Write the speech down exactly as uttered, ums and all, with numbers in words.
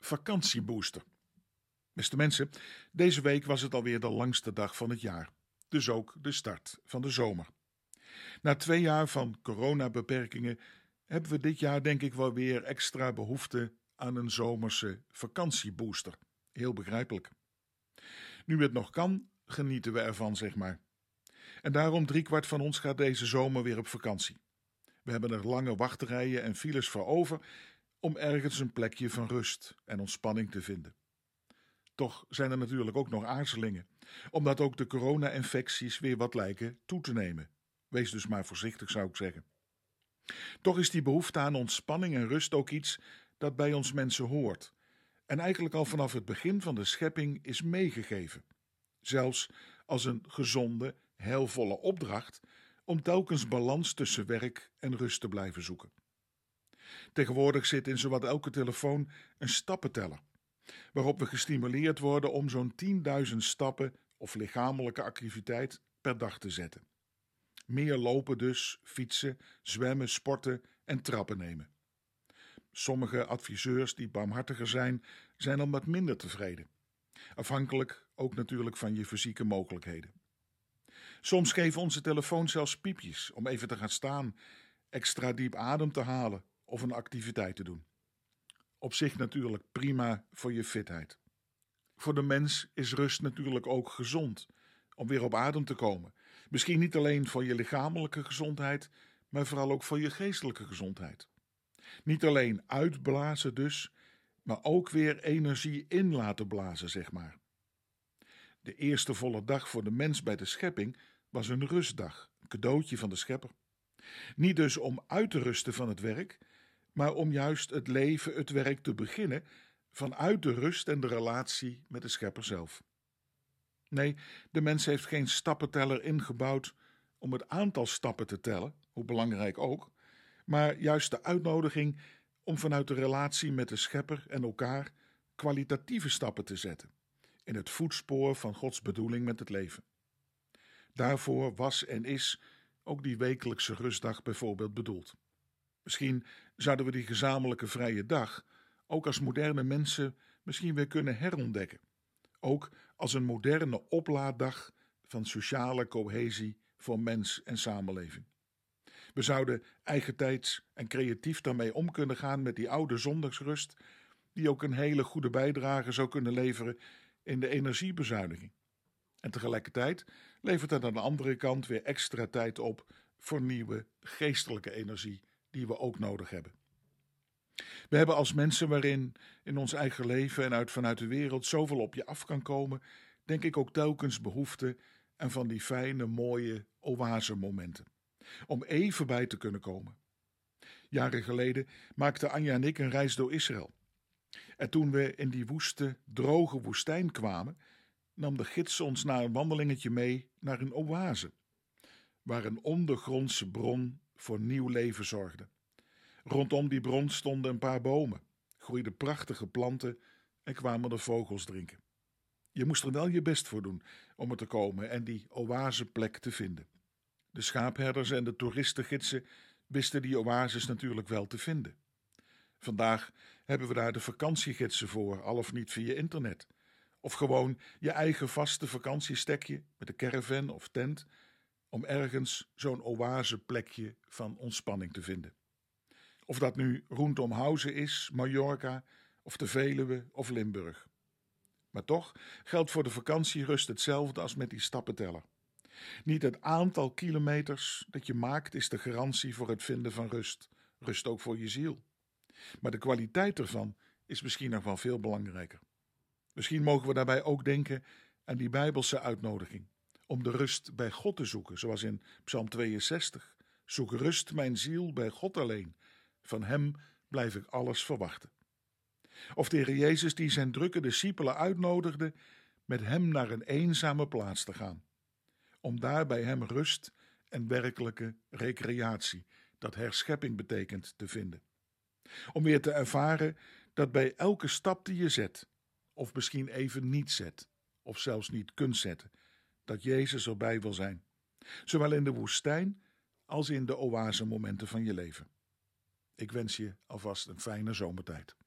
Vakantiebooster. Beste mensen, deze week was het alweer de langste dag van het jaar. Dus ook de start van de zomer. Na twee jaar van coronabeperkingen hebben we dit jaar denk ik wel weer extra behoefte aan een zomerse vakantiebooster. Heel begrijpelijk. Nu het nog kan, genieten we ervan, zeg maar. En daarom driekwart van ons gaat deze zomer weer op vakantie. We hebben er lange wachtrijen en files voor over om ergens een plekje van rust en ontspanning te vinden. Toch zijn er natuurlijk ook nog aarzelingen, omdat ook de corona-infecties weer wat lijken toe te nemen. Wees dus maar voorzichtig, zou ik zeggen. Toch is die behoefte aan ontspanning en rust ook iets dat bij ons mensen hoort en eigenlijk al vanaf het begin van de schepping is meegegeven. Zelfs als een gezonde, heilvolle opdracht om telkens balans tussen werk en rust te blijven zoeken. Tegenwoordig zit in zowat elke telefoon een stappenteller, waarop we gestimuleerd worden om zo'n tienduizend stappen of lichamelijke activiteit per dag te zetten. Meer lopen dus, fietsen, zwemmen, sporten en trappen nemen. Sommige adviseurs die barmhartiger zijn, zijn al wat minder tevreden. Afhankelijk ook natuurlijk van je fysieke mogelijkheden. Soms geven onze telefoons zelfs piepjes om even te gaan staan, extra diep adem te halen of een activiteit te doen. Op zich natuurlijk prima voor je fitheid. Voor de mens is rust natuurlijk ook gezond, om weer op adem te komen. Misschien niet alleen voor je lichamelijke gezondheid, maar vooral ook voor je geestelijke gezondheid. Niet alleen uitblazen dus, maar ook weer energie in laten blazen, zeg maar. De eerste volle dag voor de mens bij de schepping was een rustdag, een cadeautje van de schepper. Niet dus om uit te rusten van het werk, maar om juist het leven, het werk te beginnen vanuit de rust en de relatie met de schepper zelf. Nee, de mens heeft geen stappenteller ingebouwd om het aantal stappen te tellen, hoe belangrijk ook, maar juist de uitnodiging om vanuit de relatie met de schepper en elkaar kwalitatieve stappen te zetten in het voetspoor van Gods bedoeling met het leven. Daarvoor was en is ook die wekelijkse rustdag bijvoorbeeld bedoeld. Misschien zouden we die gezamenlijke vrije dag ook als moderne mensen misschien weer kunnen herontdekken. Ook als een moderne oplaaddag van sociale cohesie voor mens en samenleving. We zouden eigentijds en creatief daarmee om kunnen gaan met die oude zondagsrust, die ook een hele goede bijdrage zou kunnen leveren in de energiebezuiniging. En tegelijkertijd levert het aan de andere kant weer extra tijd op voor nieuwe geestelijke energie die we ook nodig hebben. We hebben als mensen waarin in ons eigen leven en uit vanuit de wereld zoveel op je af kan komen, denk ik ook telkens behoefte aan van die fijne, mooie oasemomenten. Om even bij te kunnen komen. Jaren geleden maakten Anja en ik een reis door Israël. En toen we in die woeste, droge woestijn kwamen, nam de gids ons na een wandelingetje mee naar een oase, waar een ondergrondse bron voor nieuw leven zorgde. Rondom die bron stonden een paar bomen, groeiden prachtige planten en kwamen er vogels drinken. Je moest er wel je best voor doen om er te komen en die oaseplek te vinden. De schaapherders en de toeristengidsen wisten die oases natuurlijk wel te vinden. Vandaag hebben we daar de vakantiegidsen voor, al of niet via internet. Of gewoon je eigen vaste vakantiestekje met een caravan of tent, om ergens zo'n oaseplekje van ontspanning te vinden. Of dat nu rondom Huizen is, Mallorca, of de Veluwe of Limburg. Maar toch geldt voor de vakantierust hetzelfde als met die stappenteller. Niet het aantal kilometers dat je maakt is de garantie voor het vinden van rust. Rust ook voor je ziel. Maar de kwaliteit ervan is misschien nog wel veel belangrijker. Misschien mogen we daarbij ook denken aan die Bijbelse uitnodiging om de rust bij God te zoeken, zoals in Psalm tweeënzestig. Zoek rust, mijn ziel, bij God alleen. Van hem blijf ik alles verwachten. Of de Heer Jezus die zijn drukke discipelen uitnodigde met hem naar een eenzame plaats te gaan. Om daar bij hem rust en werkelijke recreatie, dat herschepping betekent, te vinden. Om weer te ervaren dat bij elke stap die je zet, of misschien even niet zet, of zelfs niet kunt zetten, dat Jezus erbij wil zijn. Zowel in de woestijn als in de oasemomenten van je leven. Ik wens je alvast een fijne zomertijd.